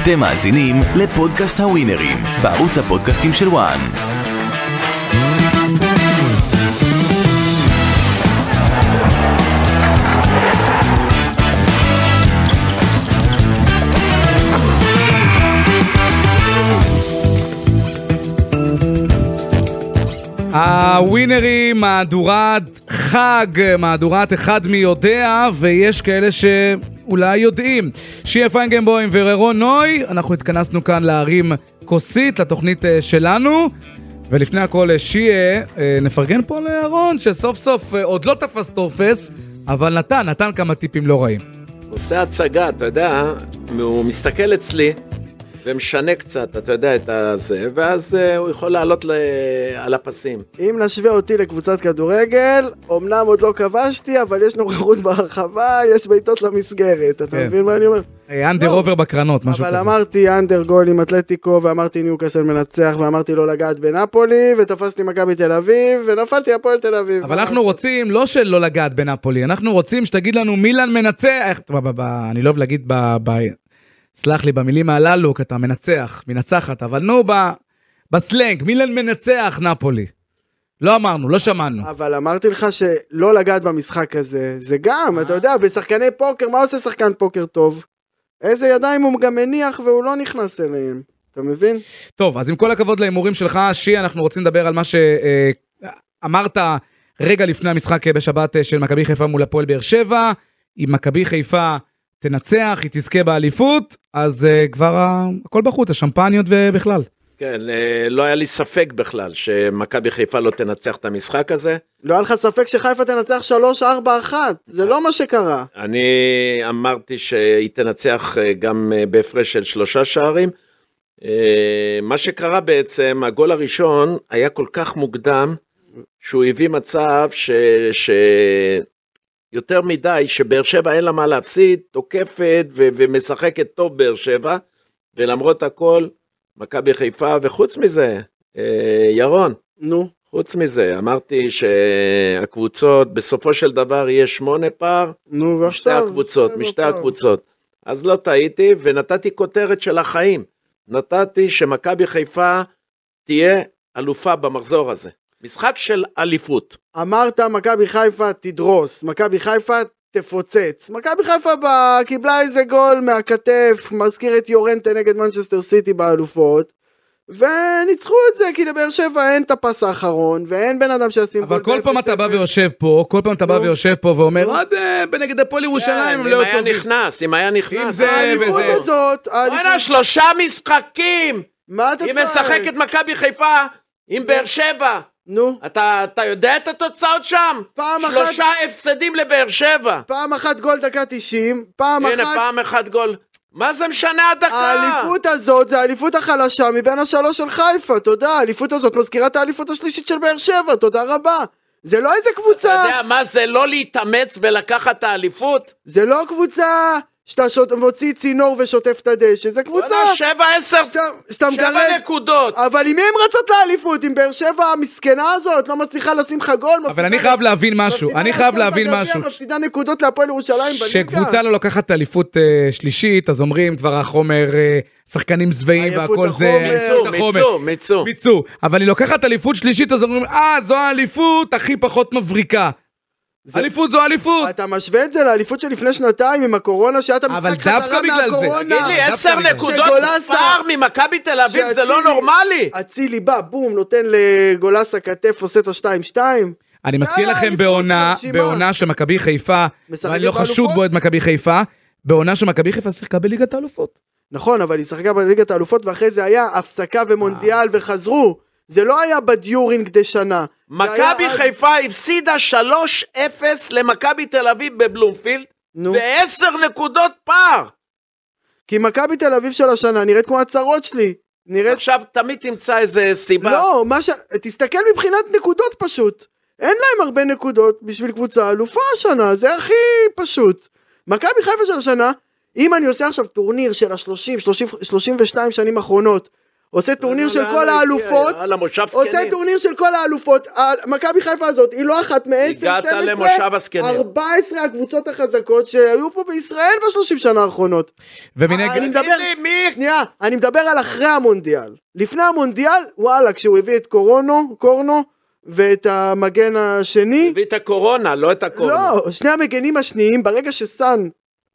אתם מאזינים לפודקאסט הווינרים, בערוץ הפודקאסטים של וואן. הווינרים, מהדורת חג, מהדורת אחד מי יודע, ויש כאלה שאולי יודעים. שיה פיינגנבוים ורון נוי, אנחנו התכנסנו כאן להרים כוסית לתוכנית שלנו, ולפני הכל שיה, נפרגן פה לארון, שסוף סוף עוד לא תפס תופס, אבל נתן כמה טיפים לא רעים. עושה הצגה, אתה יודע, הוא מסתכל אצלי, ומשנה קצת, אתה יודע, את הזה, ואז הוא יכול לעלות על הפסים. אם נשווה אותי לקבוצת כדורגל, אמנם עוד לא כבשתי, אבל יש נוכחות ברחבה, יש בעיטות למסגרת, אתה מבין מה אני אומר? אנדר אובר בקרנות, משהו כזה. אבל אמרתי אנדר גול עם אתלטיקו, ואמרתי ניוקאסל מנצח, ואמרתי לא לגעת בנפולי, ותפסתי מכבי תל אביב, ונפלתי הפועל תל אביב. אבל אנחנו רוצים, לא שלא לגעת בנפולי, אנחנו רוצים שתגיד לנו מילאן מנצח, אני לא אוהב להגיד סלח לי, במילים הללו, אתה מנצחת, אבל נו, בסלנג, מילאן מנצח נפולי. לא אמרנו, לא שמענו. אבל אמרתי לך שלא לגעת במשחק הזה, זה גם, אתה יודע, בשחקני פוקר, מה עושה שחקן פוקר טוב? איזה ידיים הוא גם מניח והוא לא נכנס אליהם, אתה מבין? טוב, אז עם כל הכבוד לאימורים שלך, שי, אנחנו רוצים לדבר על מה שאמרת רגע לפני המשחק בשבת של מכבי חיפה מול הפועל באר שבע, עם מכבי חיפה תנצח, היא תזכה באליפות, אז כבר הכל בחוץ, השמפניות ובכלל. כן, לא היה לי ספק בכלל שמכבי חיפה לא תנצח את המשחק הזה. לא היה לך ספק שחיפה תנצח 3-4-1, זה לא מה שקרה. אני אמרתי שהיא תנצח גם בהפרש של 3 שערים. מה שקרה בעצם, הגול הראשון היה כל כך מוקדם, שהוא הביא מצב יותר מדי, שבאר שבע אין לה מה להפסיד, תוקפת ומשחקת טוב באר שבע, ולמרות הכל, מכבי חיפה, וחוץ מזה, ירון, חוץ מזה, אמרתי שהקבוצות, בסופו של דבר יהיה 8 פער, משתי הקבוצות, אז לא טעיתי, ונתתי כותרת של החיים, נתתי שמכבי חיפה תהיה אלופה במחזור הזה. משחק של אליפות. אמרת מכבי חיפה תדרוס, מכבי חיפה תפוצץ. מכבי חיפה קיבלה איזה גול מהכתף, מזכיר את יורנטה נגד מנצ'סטר סיטי באלופות, וניצחו את זה, כי לבאר שבע אין את הפס האחרון, ואין בן אדם שעשים גול. אבל כל פעם אתה בא ויושב פה, ואומר, עוד בנגד הפועל ירושלים, אם היה נכנס. האליפות הזאת, 3 משחקים, היא משחקת מכבי חיפה עם באר שבע. אתה יודע את התוצאות שם? 3 הפסדים לבאר שבע. פעם אחת גול דקה 90, פעם אחת גול. מה זה משנה הדקה? האליפות הזאת זה האליפות החלשה מבין 3 של חיפה, תודה. האליפות הזאת מזכירה את האליפות השלישית של באר שבע, תודה רבה. זה לא איזה קבוצה. אתה יודע מה זה לא להתאמץ ולקחת את האליפות? זה לא קבוצה שאתה מוציא צינור ושוטף את הדשא, זה קבוצה 7 נקודות. אבל עם מי הם רצות לאליפות? עם באר שבע המסכנה הזאת לא מצליחה לשים לך גול. אבל אני חייב להבין משהו, מפסידה נקודות להפועל ירושלים בליגה. שקבוצה לא לוקחת אליפות שלישית, אז אומרים כבר החומר, שחקנים זבעים והכל זה מיצו, אבל היא לוקחת אליפות שלישית, אז אומרים זו האליפות הכי פחות מבריקה. אליפות זו אליפות. אתה משווה את זה לאליפות שלפני 2 עם הקורונה, שאתה משחק חזרה מהקורונה. תגיד לי, 10 נקודות פער ממכבי תל אביב, זה לא נורמלי. אצילי בא, בום, נותן לגולסה כתף, עושה את ה-2-2. אני מזכיר לכם בעונה שמכבי חיפה, ואני לא חשוד בו את מכבי חיפה, בעונה שמכבי חיפה שיחקה בליגת האלופות. נכון, אבל היא שיחקה בליגת האלופות, ואחרי זה היה הפסקה ומונדיאל וחזרו. זה לא היה בדיורינג דשנה. מכבי חיפה הפסידה 3-0 למכבי תל אביב בבלומפילד, ו10 נקודות פער. כי מכבי תל אביב של השנה נראית כמו הצרות שלי. עכשיו תמיד תמצא איזה סיבה. לא, תסתכל מבחינת נקודות פשוט. אין להם הרבה נקודות בשביל קבוצה אלופה השנה, זה הכי פשוט. מכבי חיפה של השנה, אם אני עושה עכשיו טורניר של ה-30, 32 שנים האחרונות, עושה טורניר של כל האלופות, עושה טורניר של כל האלופות, מכבי חיפה הזאת היא לא אחת מ-10, 12, 14 הקבוצות החזקות שהיו פה בישראל ב-30 שנה האחרונות. אני מדבר על אחרי המונדיאל. לפני המונדיאל, וואלה, כשהוא הביא את קורנו, ואת המגן השני. הביא את הקורונה, לא את הקורונה. לא, שני המגנים השניים, ברגע שסן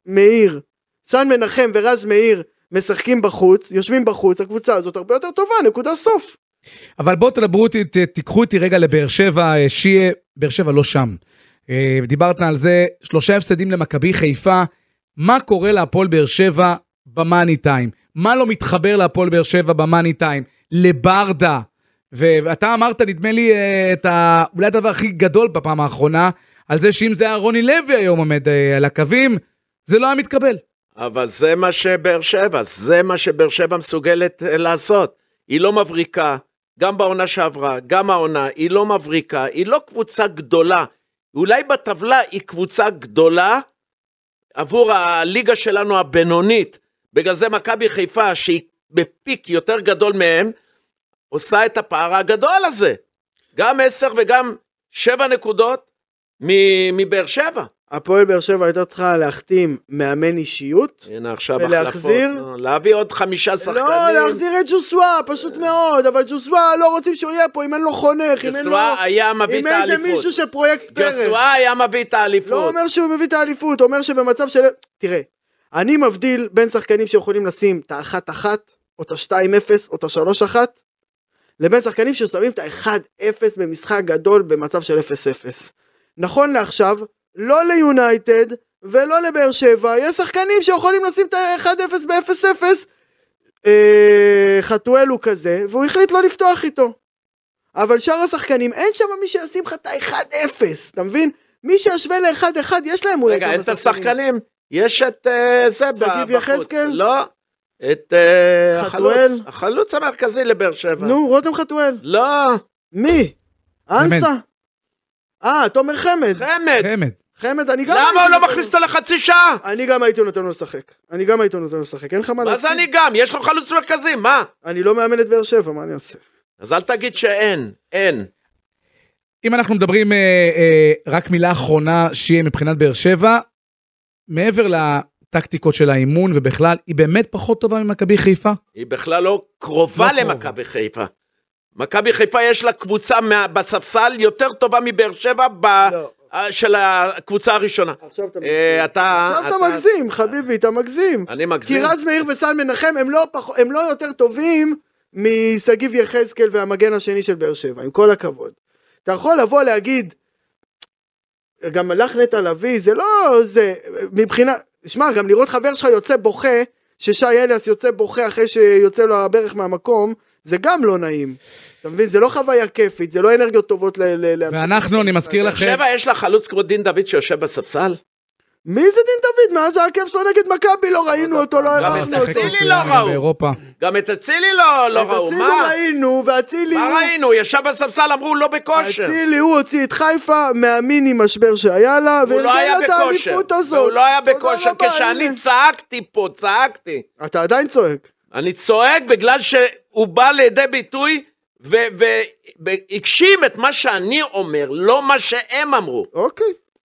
מנחם ורז מאיר, משחקים בחוץ, יושבים בחוץ, הקבוצה הזאת הרבה יותר טובה, נקודה סוף. אבל בואו תדברו אותי, תיקחו אותי רגע לבאר שבע, שיהיה, באר שבע לא שם. דיברת על זה, 3 הפסדים למכבי חיפה, מה קורה להפועל באר שבע במאני טיים? מה לא מתחבר להפועל באר שבע במאני טיים? לברדה, ואתה אמרת, נדמה לי, אולי הדבר הכי גדול בפעם האחרונה, על זה שאם זה היה רוני לוי היום עומד על הקווים, זה לא היה מתקבל. אבל זה מה שבאר שבע מסוגלת לעשות. היא לא מבריקה, גם בעונה שעברה, גם העונה, היא לא מבריקה, היא לא קבוצה גדולה. אולי בטבלה היא קבוצה גדולה, עבור הליגה שלנו הבינונית. בגלל זה מכבי חיפה, שהיא בפיק יותר גדול מהם, עושה את הפער הגדול הזה. גם 10 וגם 7 נקודות מבאר שבע. הפועל באר שבע הייתה צריכה להחתים מאמן אישיות, ולהחזיר, להביא עוד 5 שחקנים. לא, להחזיר את ג'וסווה, פשוט מאוד, אבל ג'וסווה לא רוצים שהוא יהיה פה, אם אין לו חונך, אם איזה מישהו שפרויקט פרח. ג'וסווה היה מביא את האליפות. לא אומר שהוא מביא את האליפות, אומר שבמצב של... תראה, אני מבדיל בין שחקנים שיכולים לשים את ה-1-1, או את ה-2-0, או את ה-3-1, לבין שחקנים ששמים את ה-1-0 במשחק גדול במצב של 0-0. נכון לעכשיו, לא ליונייטד ולא לבאר שבע, יש שחקנים שיכולים לשים את ה-1-0 ב-0-0, חתואל הוא כזה, והוא החליט לא לפתוח איתו. אבל שאר השחקנים, אין שם מי שישים לך את ה-1-0, אתה מבין? מי שישווה ל-1-1, יש להם אולי כמה שחקנים. רגע, אין את השחקנים, יש את זה שגיב יחזקאל? לא, את החלוץ המרכזי לבאר שבע. נו, רותם חתואל. לא. מי? אנסה? תומר חמד. חמד, אני גם... למה הוא לא מכניס אותו לחצי שעה? אני גם הייתי נותן לו לשחק. אין לך מה לעשות. מה זה אני גם? יש לו חלוץ מרכזי, מה? אני לא מאמן את באר שבע, מה אני עושה? אז אל תגיד שאין, אין. אם אנחנו מדברים רק מילה אחרונה שיהיה מבחינת באר שבע, מעבר לטקטיקות של האימון ובכלל, היא באמת פחות טובה ממכבי חיפה? היא בכלל לא קרובה למכבי חיפה. מכבי חיפה יש לה קבוצה בספסל יותר טובה מבאר שבע של הקבוצה הראשונה. עכשיו אתה מגזים, חביבי, אתה מגזים. אני מגזים. כי רז מאיר וסן מנחם הם לא יותר טובים משגיב יחזקאל והמגן השני של באר שבע, עם כל הכבוד. אתה יכול לבוא להגיד, גם הלך נטע לביא, זה לא, זה, מבחינה, שמע, גם לראות חבר שלך יוצא בוכה, ששי אליאס יוצא בוכה אחרי שיוצא לו הברך מהמקום, זה גם לא נעים. אתה מבין? זה לא חוויה כיפית, זה לא אנרגיות טובות ואנחנו, אני מזכיר לכם... שבע, יש לך חלוץ כמו דין דוד שיושב בספסל? מי זה דין דוד? מאז העקב שלו נגד מכבי לא ראינו אותו, לא ראינו אותו. אצילי לא ראו. גם את אצילי לא ראו. את אצילי ראינו, ואצילי... מה ראינו? ישב בספסל, אמרו לא בכושר. אצילי, הוא הוציא את חיפה מהמיני משבר שהיה לה, והוא לא היה בכושר. והוא לא היה בכושר, כשאני צעקתי פה, צעקתי. אתה עדיין צועק. אני צועק בגלל שהוא בא לידי ביטוי והגשים את מה שאני אומר, לא מה שהם אמרו. אוקיי.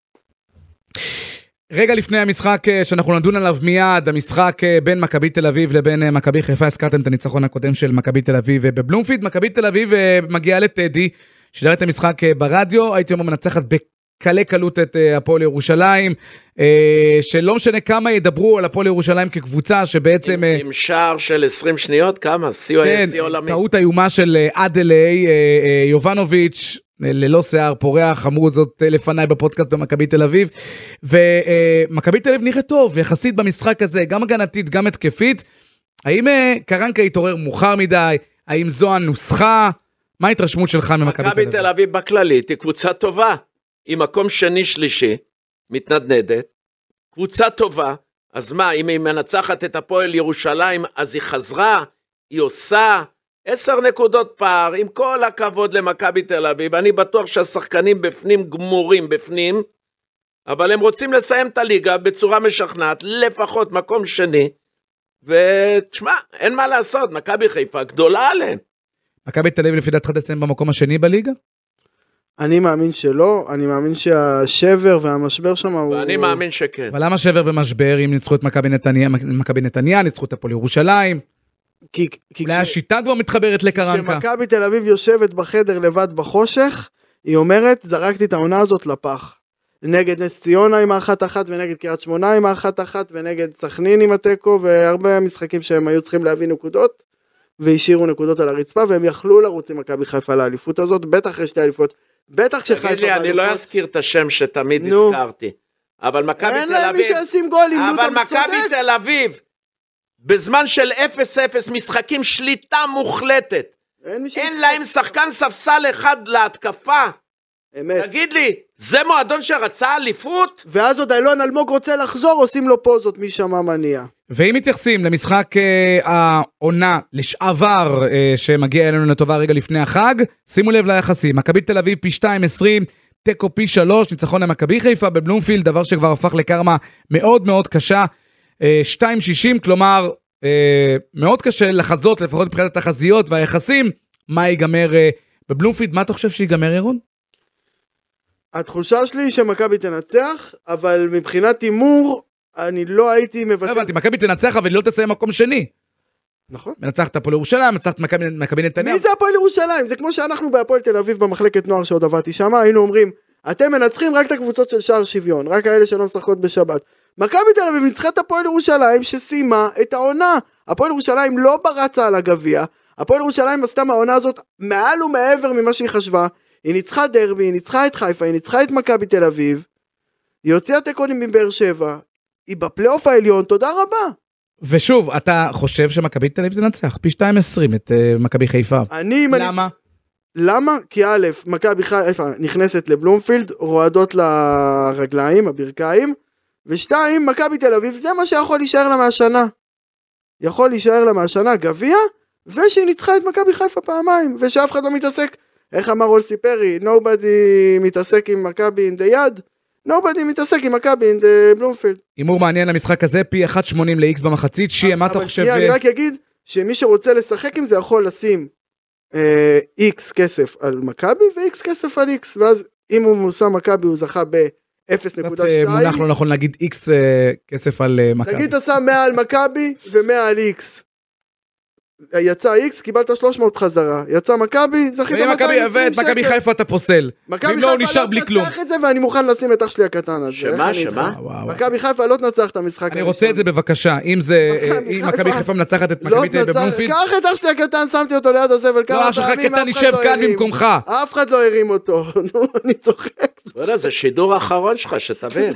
רגע לפני המשחק שאנחנו נדון עליו מיד, המשחק בין מכבי תל אביב לבין מכבי חיפה, הזכרתם את הניצחון הקודם של מכבי תל אביב בבלומפילד, מכבי תל אביב מגיעה לטדי, שידר את המשחק ברדיו, הייתי אומר מנצחת בקלי קלות את הפועל ירושלים, שלא משנה כמה ידברו על הפועל ירושלים כקבוצה שבעצם... עם שער של 20 שניות, כמה? שיא עולמי. טעות איומה של אדלי, יובנוביץ', ללא שיער, פורח, אמרו זאת לפניי בפודקאסט במכבי תל אביב, ומכבי תל אביב נראה טוב, יחסית במשחק הזה, גם הגנתית, גם התקפית. האם קרנקה יתעורר מאוחר מדי? האם זו הנוסחה? מה ההתרשמות שלך ממכבי תל אביב? מכבי תל אביב בכללית היא קבוצה טובה, היא מקום שני שלישי, מתנדנדת, קבוצה טובה, אז מה, אם היא מנצחת את הפועל ירושלים, אז היא חזרה, היא עושה 10 נקודות פער, עם כל הכבוד למכבי תל אביב, אני בטוח שהשחקנים בפנים גמורים בפנים, אבל הם רוצים לסיים את הליגה בצורה משכנעת, לפחות מקום שני, ותשמע, אין מה לעשות, מכבי חיפה גדולה עליהם. מכבי תל אביב לפי דעתך תסיים במקום השני בליגה? אני מאמין שלא, אני מאמין שהשבר והמשבר שם הוא... ואני מאמין שכן. אבל למה שבר ומשבר אם ניצחו את מכבי נתניה, ניצחו את הפועל ירושלים? אולי השיטה כבר מתחברת לקרנקה. כשמכבי תל אביב יושבת בחדר לבד בחושך, היא אומרת, זרקתי את העונה הזאת לפח. נגד נס ציונה עם ה1-1, ונגד קריית שמונה עם ה1-1, ונגד סכנין עם הטקו, והרבה משחקים שהם היו צריכים להביא נקודות, והשאירו נקודות על הרצפה, והם יכלו לרוץ עם מכבי חיפה לאליפות הזאת, בטח אחרי שתי אליפות. בטח כשחיפה... תגיד לי, אני לא אזכיר את השם שתמיד הזכרתי, אבל מכבי תל אביב... אין להם מי שישים גולים, אבל מכבי תל אביב, בזמן של 0-0, משחקים שליטה מוחלטת, אין להם שחקן ספסל אחד להתקפה. אמת. תגיד לי, זה מועדון שרצה אליפות? ואז עוד אילון אלמוג רוצה לחזור, עושים לו פוזות משמה מניע. ואם מתייחסים למשחק העונה לשעבר שמגיע אלינו לטובה רגע לפני החג, שימו לב ליחסים, מכבי תל אביב פי 2.20, טקו פי 3, ניצחון למכבי חיפה בבלומפילד, דבר שכבר הפך לקרמה מאוד מאוד קשה, 2.60, כלומר מאוד קשה לחזות, לפחות מבחינת התחזיות והיחסים, מה ייגמר בבלומפילד. מה אתה חושב שיגמר, ירון? התחושה שלי היא שמכבי תנצח, אבל מבחינת אימור, אני לא הייתי מבטא... לא הבנתי, מכבי תנצח, אבל היא לא תסיים מקום שני. נכון. מנצחת הפועל ירושלים, מנצחת מכבי נתניה. מי זה הפועל ירושלים? זה כמו שאנחנו בהפועל תל אביב במחלקת נוער שעוד עבדתי שם, היינו אומרים, אתם מנצחים רק את הקבוצות של שער שוויון, רק האלה שלא משחקות בשבת. מכבי תל אביב ניצחה את הפועל ירושלים שסיימה את העונה. הפועל ירושלים לא ברצה על הגביע, הפועל ירושלים עשתה מהעונה הזאת מעל ומעבר ממה שהיא חשבה. היא ניצחה דרבי, היא ניצחה את חיפה, היא ניצחה את מכבי תל אביב, היא הוציאה תיקונים מבאר שבע, היא בפלייאוף העליון, תודה רבה. ושוב, אתה חושב שמכבי תל אביב תנצח פי 2.20 את מכבי חיפה. למה? למה? כי א', מכבי חיפה נכנסת לבלומפילד, רועדות לרגליים, הברכיים, ושתיים, מכבי תל אביב, זה מה שיכול להישאר לה מהשנה. יכול להישאר לה מהשנה גביע, ושהיא ניצחה את מכבי חיפה פעמיים, ושאף אחד לא מתעסק. איך אמר אולסי פרי, nobody מתעסק עם מכבי in the yard, nobody מתעסק עם מכבי in the בלומפילד. הימור מעניין למשחק הזה, פי 1.80 ל-X במחצית, שיה, מה אתה חושב? אבל שנייה, אני רק אגיד, שמי שרוצה לשחק עם זה יכול לשים X כסף על מכבי, ו-X כסף על X, ואז אם הוא מושם מכבי, הוא זכה ב-0.2. מונח לא נכון להגיד X כסף על מכבי. נגיד אתה שם 100 על מכבי, ו100 על X. יצא X, קיבלת 300 חזרה, יצא מכבי, זכית 220 שקל. מכבי חיפה אתה פוסל. מכבי חיפה לא תנצח את זה, ואני מוכן לשים את אח שלי הקטן הזה. שמה? מכבי חיפה לא תנצח את המשחק. אני רוצה את זה בבקשה, אם מכבי חיפה מנצחת את מכבי תל אביב בבלומפילד. קח את אח שלי הקטן, שמתי אותו ליד הזבל כמה פעמים, אף אחד לא הרים אותו. אני צוחק. זה שידור האחרון שלך, שתבין.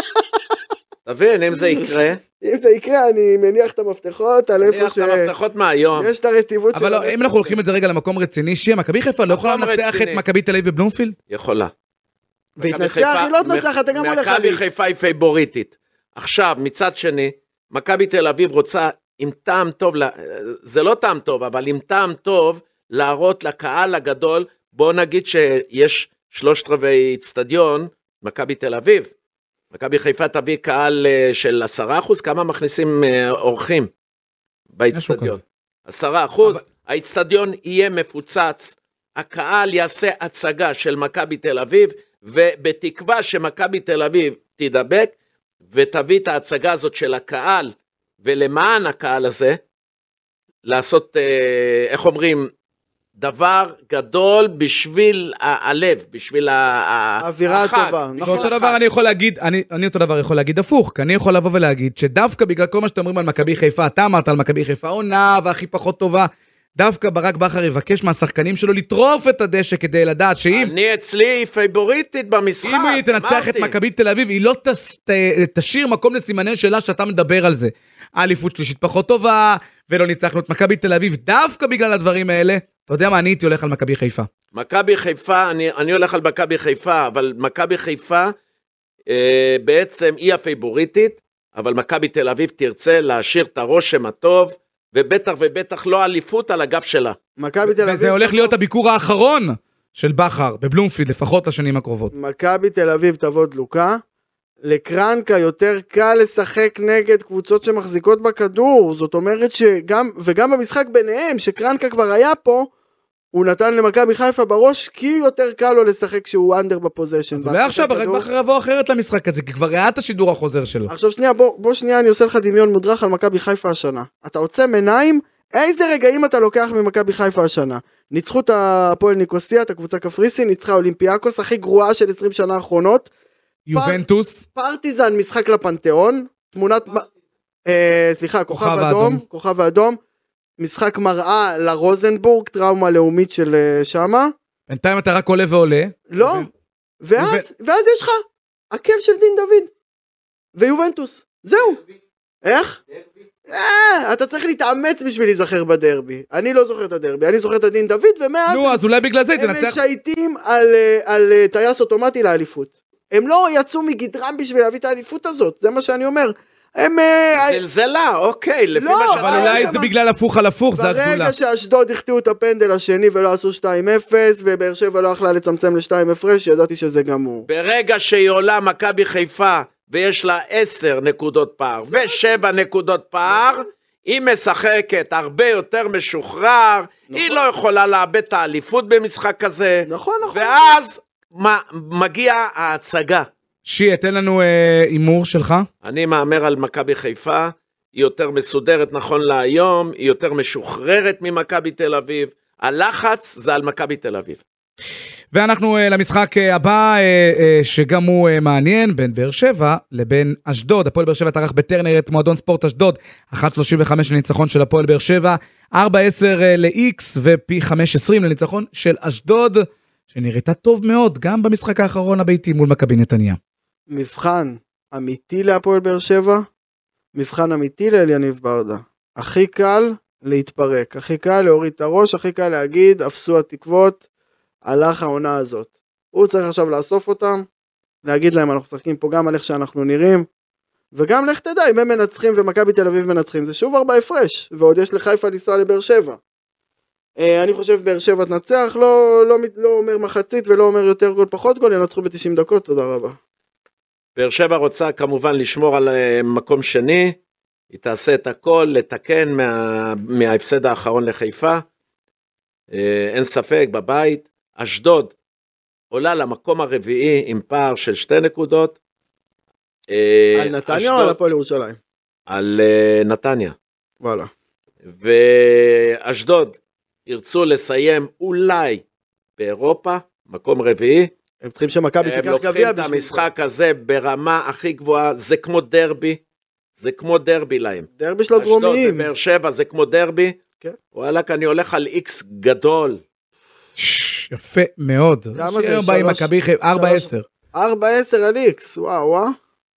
תבין, אם זה יקרה. אם זה יקרה, אני מניח את המפתחות על איפה ש... מניח את המפתחות מהיום. יש את הרטיבות של... אבל אם אנחנו לוקחים את זה רגע למקום רציני, שיה, מכבי חיפה לא יכולה לנצח את מכבי תל אביב בבלומפילד? יכולה. והתנצח, היא לא תנצח, אתה גם הולך מכבי חיפה היא פייבוריטית. עכשיו, מצד שני, מכבי תל אביב רוצה עם טעם טוב, זה לא טעם טוב, אבל עם טעם טוב, להראות לקהל הגדול, בוא נגיד שיש 3/4 אצטדיון, מכבי תל אביב. מכבי חיפה תביא קהל של 10%, כמה מכניסים אורחים באצטדיון? 10%, האצטדיון יהיה מפוצץ, הקהל יעשה הצגה של מכבי תל אביב, ובתקווה שמכבי תל אביב תדבק, ותביא את ההצגה הזאת של הקהל, ולמען הקהל הזה, לעשות, איך אומרים, דבר גדול בשביל הלב, בשביל האווירה הטובה. אותו דבר אני יכול להגיד, אני אותו דבר יכול להגיד הפוך, כי אני יכול לבוא ולהגיד שדווקא בגלל כל מה שאתם אומרים על מכבי חיפה, אתה אמרת על מכבי חיפה עונה והכי פחות טובה, דווקא ברק בכר יבקש מהשחקנים שלו לטרוף את הדשא כדי לדעת שאם... אני אצלי פייבוריטית במשחק, אם היא תנצח את מכבי תל אביב, היא לא תשאיר מקום לסימני שאלה שאתה מדבר על זה. האליפות שלישית פחות טובה, ולא ניצחנו את מכבי תל אביב, דווקא בגלל הדברים האלה. אתה יודע מה, אני הייתי הולך על מכבי חיפה. מכבי חיפה, אני הולך על מכבי חיפה, אבל מכבי חיפה בעצם היא הפייבוריטית, אבל מכבי תל אביב תרצה להשאיר את הרושם הטוב, ובטח לא אליפות על הגב שלה. מכבי תל אביב... וזה הולך להיות הביקור האחרון של בכר, בבלומפילד, לפחות לשנים הקרובות. מכבי תל אביב תבוא דלוקה, לקרנקה יותר קל לשחק נגד קבוצות שמחזיקות בכדור, זאת אומרת וגם במשחק ביניהם, שקרנקה כבר היה פה, הוא נתן למכבי חיפה בראש, כי יותר קל לו לשחק שהוא אנדר בפוזיישן. אז אולי עכשיו רק בחרבו אחרת למשחק הזה, כי כבר ראה את השידור החוזר שלו. עכשיו שנייה, בוא שנייה, אני עושה לך דמיון מודרך על מכבי חיפה השנה. אתה עוצם עיניים, איזה רגעים אתה לוקח ממכבי חיפה השנה? ניצחו את הפועל ניקוסיה, את הקבוצה קפריסין, ניצחה אולימפיאקוס, הכי גרועה של 20 שנה האחרונות. יובנטוס. פרטיזן, משחק לפנתיאון, סליחה, כוכב האדום, משחק מראה לרוזנבורג, טראומה לאומית של שמה. בינתיים אתה רק עולה ועולה. לא, ואז יש לך עקב של דין דוד, ויובנטוס, זהו. איך? אתה צריך להתאמץ בשביל להיזכר בדרבי. אני לא זוכר את הדרבי, אני זוכר את הדין דוד, ומאז נו, אז אולי בגלל זה הם תנצח. משייטים על טייס אוטומטי לאליפות. הם לא יצאו מגדרם בשביל להביא את האליפות הזאת, זה מה שאני אומר. זלזלה, אוקיי, לפי לא, מה שאתה... אבל אולי זה בגלל הפוך על הפוך, זה הגדולה. ברגע שאשדוד החטיאו את הפנדל השני ולא עשו 2-0, ובאר שבע לא יכלה לצמצם ל2 הפרש, ידעתי שזה גמור. ברגע שהיא עולה מכבי חיפה, ויש לה 10 נקודות פער, ו7 נקודות פער, היא משחקת הרבה יותר משוחרר, היא לא יכולה לאבד את האליפות במשחק כזה, נכון. ואז מגיע ההצגה. שי, תן לנו אימור שלך. אני מאמר על מכבי חיפה, היא יותר מסודרת נכון להיום, היא יותר משוחררת ממכבי תל אביב, הלחץ זה על מכבי תל אביב. ואנחנו למשחק הבא, שגם הוא מעניין, בין באר שבע לבין אשדוד. הפועל באר שבע תערך בטרנר את מועדון ספורט אשדוד, 1.35 לניצחון של הפועל באר שבע, 4.10 ל-X ופי 5.20 לניצחון של אשדוד, שנראתה טוב מאוד, גם במשחק האחרון הביתי מול מכבי נתניה. מבחן אמיתי להפועל באר שבע, מבחן אמיתי לאליניב ברדה. הכי קל להתפרק, הכי קל להוריד את הראש, הכי קל להגיד, אפסו התקוות, הלך העונה הזאת. הוא צריך עכשיו לאסוף אותם, להגיד להם, אנחנו משחקים פה גם על איך שאנחנו נראים, וגם לך תדע, אם הם מנצחים ומכבי תל אביב מנצחים, זה שוב 4 הפרש, ועוד יש לחיפה לנסוע לבאר שבע. אני חושב באר שבע תנצח, לא אומר מחצית ולא אומר יותר גול פחות גול, ינצחו ב-90 דקות, תודה רבה. באר שבע רוצה כמובן לשמור על מקום שני, היא תעשה את הכל, לתקן מההפסד האחרון לחיפה, אין ספק בבית, אשדוד עולה למקום הרביעי עם פער של 2 נקודות. על נתניה או על הפועל ירושלים? על נתניה. וואלה. ואשדוד ירצו לסיים אולי באירופה, מקום רביעי. הם צריכים שמכבי תיקח גביע בשביל זה. הם לוקחים את המשחק הזה ברמה הכי גבוהה, זה כמו דרבי, זה כמו דרבי להם. דרבי של הדרומיים. אשדוד ובאר שבע זה כמו דרבי. כן. וואלה, אני הולך על איקס גדול. יפה מאוד. כמה זה? 4-10. 4-10 על איקס, וואו.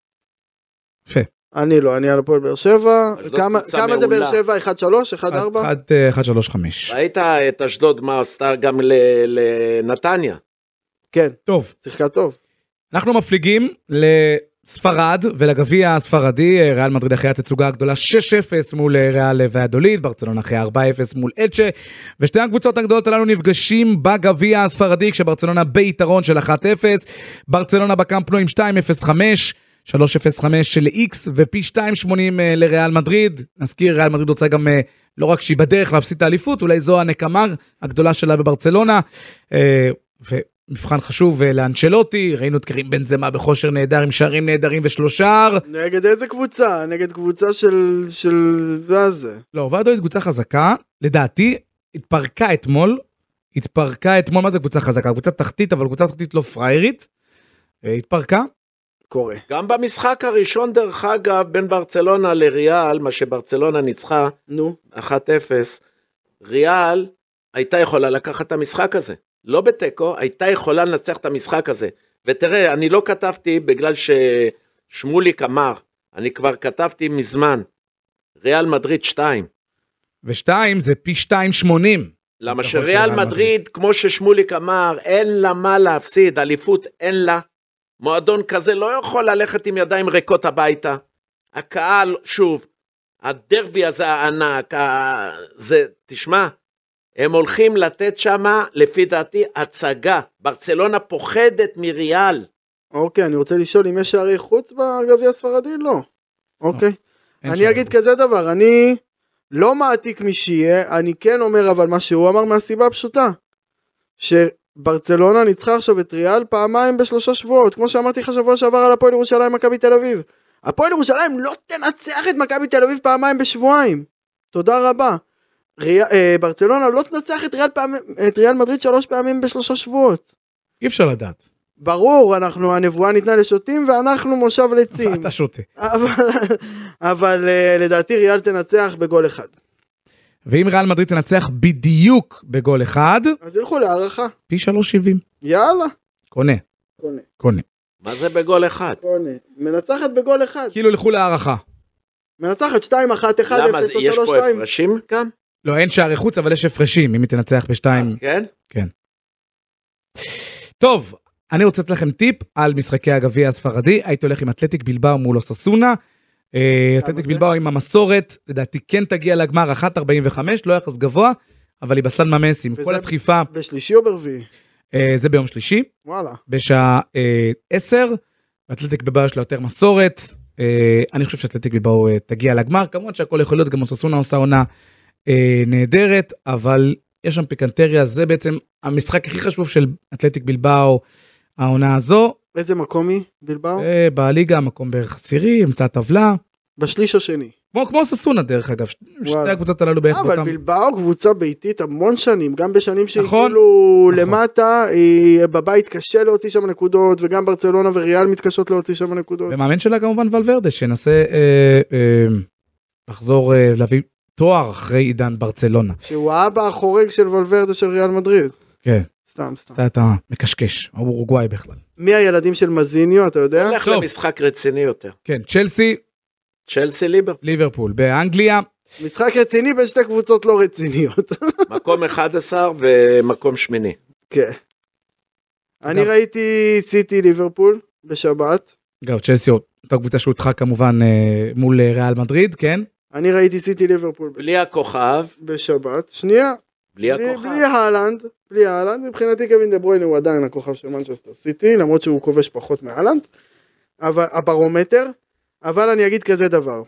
יפה. אני לא, אני על הפועל באר שבע. כמה זה באר שבע? 1-3? 1-4? 1-3-5. ראית את אשדוד מה עשתה גם לנתניה? כן. טוב. שיחקה טוב. אנחנו מפליגים לספרד ולגביע הספרדי, ריאל מדריד אחרי התצוגה הגדולה 6-0 מול ריאל והדוליד, ברצלונה אחרי 4-0 מול אלצ'ה, ושתי הקבוצות הגדולות הללו נפגשים בגביע הספרדי, כשברצלונה ביתרון של 1-0, ברצלונה בקמפנו עם 2-0-5, 3-0-5 של X ופי 2.80 לריאל מדריד. נזכיר, ריאל מדריד רוצה גם לא רק שהיא בדרך להפסיד את האליפות, אולי זו הנקמה הגדולה שלה בברצלונה, ומבחן חשוב לאנצ'לוטי, ראינו את קרים בנזמה בכושר נהדר עם שערים נהדרים ושלושה. נגד איזה קבוצה? נגד קבוצה של זה. לא, ועדולית קבוצה חזקה, לדעתי התפרקה אתמול, מה זה קבוצה חזקה? קבוצה תחתית, אבל קבוצה תחתית לא פריירית, התפרקה. קורה. גם במשחק הראשון דרך אגב, בין ברצלונה לריאל, מה שברצלונה ניצחה, 1-0, ריאל הייתה יכולה לקחת את המשחק הזה. לא בטקו, הייתה יכולה לנצח את המשחק הזה. ותראה, אני לא כתבתי בגלל ששמוליק אמר, אני כבר כתבתי מזמן, ריאל מדריד 2. ו2 זה פי 2.80. למה שריאל מדריד, כמו ששמוליק אמר, אין לה מה להפסיד, אליפות אין לה. מועדון כזה לא יכול ללכת עם ידיים ריקות הביתה. הקהל, שוב, הדרבי הזה הענק, תשמע, הם הולכים לתת שמה, לפי דעתי, הצגה. ברצלונה פוחדת מריאל. אוקיי, אני רוצה לשאול אם יש שערי חוץ בגביע הספרדי? לא. אוקיי. אני אגיד כזה דבר, אני לא מעתיק מי שיהיה, אני כן אומר אבל מה שהוא אמר מהסיבה הפשוטה, שברצלונה ניצחה עכשיו את ריאל פעמיים ב3 שבועות, כמו שאמרתי לך שבוע שעבר על הפועל ירושלים מכבי תל אביב. הפועל ירושלים לא תנצח את מכבי תל אביב פעמיים בשבועיים. תודה רבה. ברצלונה לא תנצח את ריאל מדריד 3 פעמים ב3 שבועות. אי אפשר לדעת. ברור, הנבואה ניתנה לשוטים ואנחנו מושב לצים. ואתה שוטה. אבל לדעתי ריאל תנצח בגול אחד. ואם ריאל מדריד תנצח בדיוק בגול אחד, אז ילכו להערכה. פי 3.70. יאללה. קונה. מה זה בגול אחד? קונה. מנצחת בגול אחד. כאילו ילכו להערכה. מנצחת 2-1, 1-0 או 3-2. למה, יש פה הפרשים גם? לא, אין שערי חוץ, אבל יש הפרשים, אם היא תנצח בשתיים. כן? כן. טוב, אני רוצה לתת לכם טיפ על משחקי הגביע הספרדי, הייתי הולך עם אתלטיק בלבאו מול אוססונה, אתלטיק בלבאו עם המסורת, לדעתי כן תגיע לגמר 1.45, לא יחס גבוה, אבל היא בסן ממס עם כל הדחיפה. בשלישי או ברביעי? זה ביום שלישי. וואלה. בשעה 10, אתלטיק בלבאו יש לה יותר מסורת, אני חושב שאתלטיק בלבאו תגיע לגמר, כמובן שהכל יכול להיות, גם אוססונה עושה עונה נהדרת, אבל יש שם פיקנטריה, זה בעצם המשחק הכי חשוב של אתלטיק בלבאו, העונה הזו. איזה מקום היא בלבאו? בליגה, מקום בערך 10, אמצע טבלה. בשליש השני. כמו ססונה דרך אגב, שתי הקבוצות הללו בערך אבל בלבאו קבוצה ביתית המון שנים, גם בשנים שהתחילו למטה, בבית קשה להוציא שם נקודות, וגם ברצלונה וריאל מתקשות להוציא שם נקודות. ומאמן שלה כמובן ולוורדה, שנסה לחזור להביא תואר אחרי עידן ברצלונה. שהוא האבא החורג של ולוורדה של ריאל מדריד. כן. סתם. אתה מקשקש, הוא אורוגוואי בכלל. מי הילדים של מזיניו, אתה יודע? הולך למשחק רציני יותר. כן, צ'לסי, ליברפול, באנגליה. משחק רציני בין שתי קבוצות לא רציניות. מקום 11 ומקום 8. כן. אני ראיתי סיטי ליברפול בשבת. אגב, צ'לסי, אותה קבוצה שהותחה כמובן מול ריאל מדריד, כן? אני ראיתי סיטי ליברפול. בלי הכוכב. בשבת. שנייה. בלי הכוכב. בלי הלנד. מבחינתי קווין דה ברויינה הוא עדיין הכוכב של מנצ'סטר סיטי, למרות שהוא כובש פחות מהלנד. אבל הברומטר. אבל אני אגיד כזה דבר.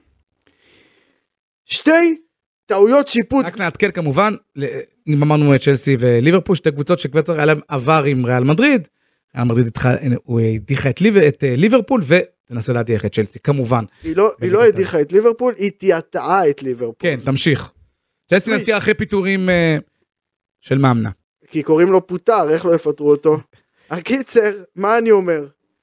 2 טעויות שיפוט. רק נעדכן כמובן, אם אמרנו את צ'לסי וליברפול, 2 קבוצות שכבר היה להם עבר עם ריאל מדריד, ריאל מדריד הוא הדיחה את ליברפול, ותנסה להדיח את צ'לסי, כמובן. היא לא הדיחה את ליברפול, היא תיעתעה את ליברפול. כן, תמשיך. צ'לסי נזכיר אחרי פיטורים של מאמנה. כי קוראים לו פוטר, איך לא יפטרו אותו? הקיצר, מה אני אומר?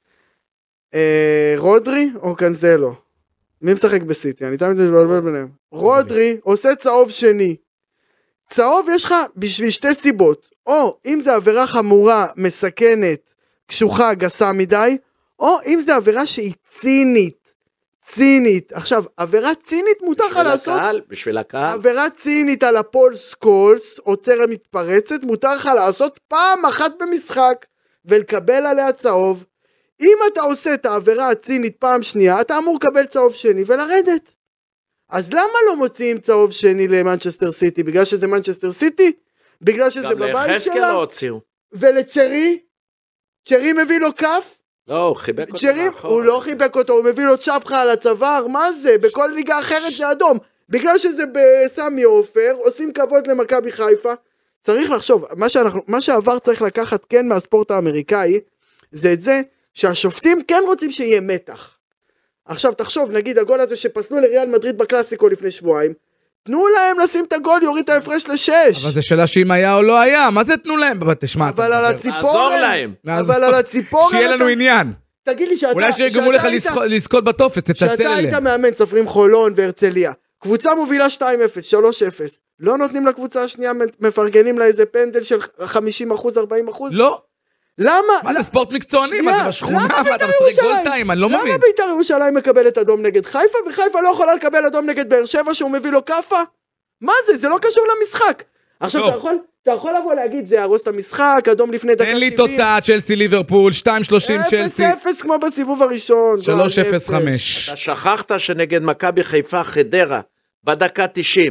רודרי או קנזלו? מי משחק בסיטי? אני תמיד מבלבל ביניהם. רודרי עושה צהוב שני. צהוב יש לך בשביל 2 סיבות. או אם זה עבירה חמורה, מסכנת, קשוחה, גסה מדי, או אם זה עבירה שהיא צינית. עכשיו, עבירה צינית מותר לך לעשות. בשביל הקהל. עבירה צינית על הפול סקולס, עוצר מתפרצת, מותר לך לעשות פעם אחת במשחק, ולקבל עליה צהוב. אם אתה עושה את העבירה הצינית פעם שנייה, אתה אמור לקבל צהוב שני ולרדת. אז למה לא מוציאים צהוב שני למנצ'סטר סיטי? בגלל שזה מנצ'סטר סיטי? בגלל שזה בבית שלה? גם לחסקל לא הוציאו. ולצ'רי? צ'רי מביא לו כף? לא, הוא חיבק אותו מאחור. הוא לא חיבק אותו, הוא מביא לו צ'פחה על הצוואר, מה זה? בכל ליגה אחרת זה אדום. בגלל שזה בסמי עופר, עושים כבוד למכבי חיפה. צריך לחשוב, מה שעבר צריך לקחת כן מהספורט האמריקאי, זה את זה שהשופטים כן רוצים שיהיה מתח. עכשיו תחשוב, נגיד הגול הזה שפסלו לריאל מדריד בקלאסיקו לפני שבועיים, תנו להם לשים את הגול, יוריד את ההפרש ל6. אבל זה שאלה שאם היה או לא היה, מה זה תנו להם? תשמע, אבל על הציפורן. תעזור להם. אבל על הציפורן. שיהיה לנו עניין. תגיד לי שאתה... אולי שיגרמו לך לזכות בטופס, תצלצל אליהם. שאתה היית מאמן צפרים חולון והרצליה. קבוצה מובילה 2-0, 3-0. לא נותנים לקבוצה השנייה, מפרגנים לה איזה פנדל של 50%, 40%? לא. למה? מה זה ספורט מקצועני? מה זה בשכונה? מה אתה משחק גול טיים? אני לא מבין. למה בית"ר ירושלים מקבלת אדום נגד חיפה, וחיפה לא יכולה לקבל אדום נגד באר שבע שהוא מביא לו כפה? מה זה? זה לא קשור למשחק. עכשיו אתה יכול לבוא להגיד, זה יהרוס את המשחק, אדום לפני דקה 70. תן לי תוצאה, צ'לסי ליברפול, 2-30 צ'לסי. 0-0 כמו בסיבוב הראשון. 3-0-5. אתה שכחת שנגד מכבי חיפה חדרה, בדקה 90,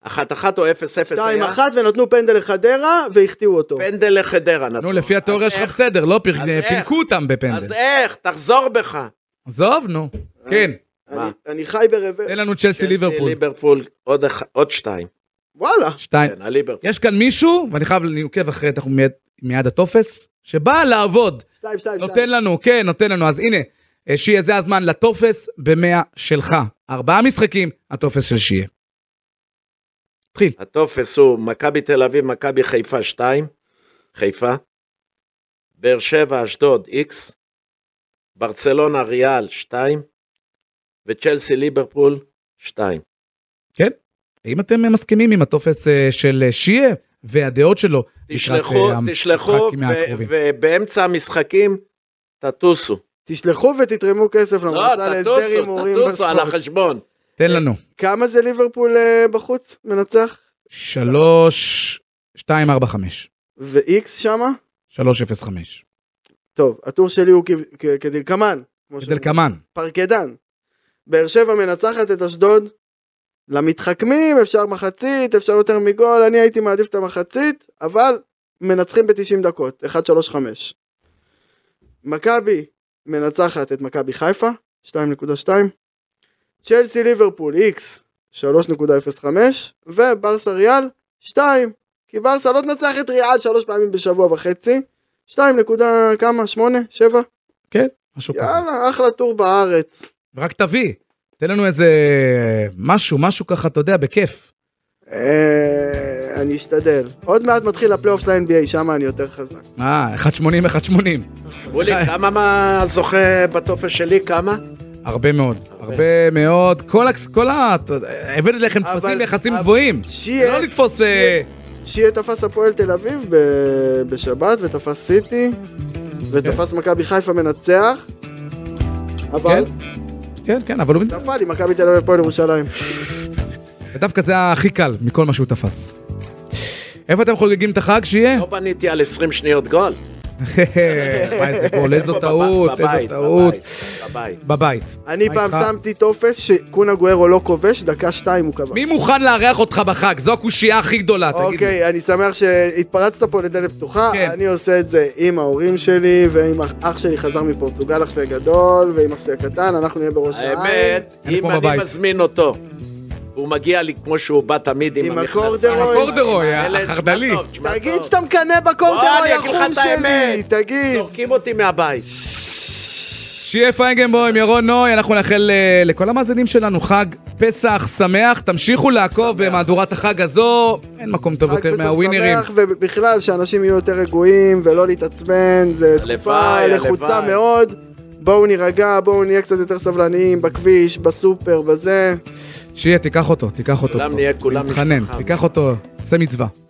1-1 או 0-0 היה? 2-1 ונתנו פנדל לחדרה והחטיאו אותו. פנדל לחדרה נתנו. נו, לפי התיאוריה שלך בסדר, לא פינקו אותם בפנדל. אז איך? תחזור בך. עזוב, נו. כן. אני חי ברבר. תן לנו צ'לסי ליברפול. ליברפול עוד 2. וואלה. 2. כן, הליברפול. יש כאן מישהו, ואני חייב לעוקב אחרי, אנחנו מיד הטופס, שבא לעבוד. 2. נותן לנו, כן, נותן לנו. אז הנה, שיהיה זה הזמן לטופס ב100 שלך. 4 משחקים, הטופס של שיהיה. תחיל. הטופס הוא מכבי תל אביב, מכבי חיפה 2, חיפה, באר שבע, אשדוד X, ברצלונה, ריאל 2, וצ'לסי ליברפול 2. כן? האם אתם מסכימים עם הטופס של שיהיה והדעות שלו? תשלחו, ובאמצע המשחקים תטוסו. תשלחו ותתרמו כסף למועצה להסדר הימורים בספורט. תטוסו על החשבון. תן לנו. כמה זה ליברפול בחוץ מנצח? 3-2-4-5. ו-X שמה? 3-0-5. טוב, הטור שלי הוא כדלקמן. כדלקמן. פרקדן. באר שבע מנצחת את אשדוד. למתחכמים אפשר מחצית, אפשר יותר מגול, אני הייתי מעדיף את המחצית, אבל מנצחים ב-90 דקות, 1-3-5. מכבי מנצחת את מכבי חיפה, 2.2. צ'לסי ליברפול, X, 3.05. וברסה ריאל, 2. כי ברסה לא תנצח את ריאל 3 פעמים בשבוע וחצי. 2 נקודה כמה? 8? 7? כן, משהו כזה. יאללה, אחלה טור בארץ. רק תביא. תן לנו איזה משהו ככה, אתה יודע, בכיף. אני אשתדל. עוד מעט מתחיל הפלייאוף של ה-NBA, שם אני יותר חזק. 1.80. אולי, כמה מה זוכה בטופס שלי? כמה? הרבה מאוד. כל הבאתי לכם תפסים יחסים גבוהים. לא לתפוס... שיהיה תפס הפועל תל אביב בשבת, ותפס סיטי, ותפס מכבי חיפה מנצח. אבל... כן, אבל הוא... נפל לי, מכבי תל אביב הפועל ירושלים. ודווקא זה הכי קל מכל מה שהוא תפס. איפה אתם חוגגים את החג שיהיה? לא בניתי על 20 שניות גול. איזה גול, איזו טעות. בבית. אני פעם שמתי טופס שקונה גוארו לא כובש, דקה 2 הוא כבש. מי מוכן לארח אותך בחג? זו הקושייה הכי גדולה, תגיד לי. אוקיי, אני שמח שהתפרצת פה לדלת פתוחה, אני עושה את זה עם ההורים שלי, ועם אח שלי חזר מפורטוגל, אח שלי גדול, ועם אח שלי הקטן, אנחנו נהיה בראש העין. האמת, אם אני מזמין אותו, הוא מגיע לי כמו שהוא בא תמיד עם המכנסיים. עם הקורדרוי, החרדלי. תגיד שאתה מקנה בקורדרוי החום שלי, תגיד. זורקים אותי מהבית. שיהיה פיינגנבוים, ירון נוי, אנחנו נאחל לכל המאזינים שלנו חג פסח שמח, תמשיכו לעקוב במהדורת החג הזו, אין מקום טוב יותר מהווינרים. חג פסח שמח, ובכלל שאנשים יהיו יותר רגועים ולא להתעצבן, זה תקופה לחוצה מאוד. בואו נירגע, בואו נהיה קצת יותר סבלניים בכביש, בסופר, בזה. שיהיה, תיקח אותו. כולם נהיה, כולם משפחה. תיקח אותו, עשה מצווה.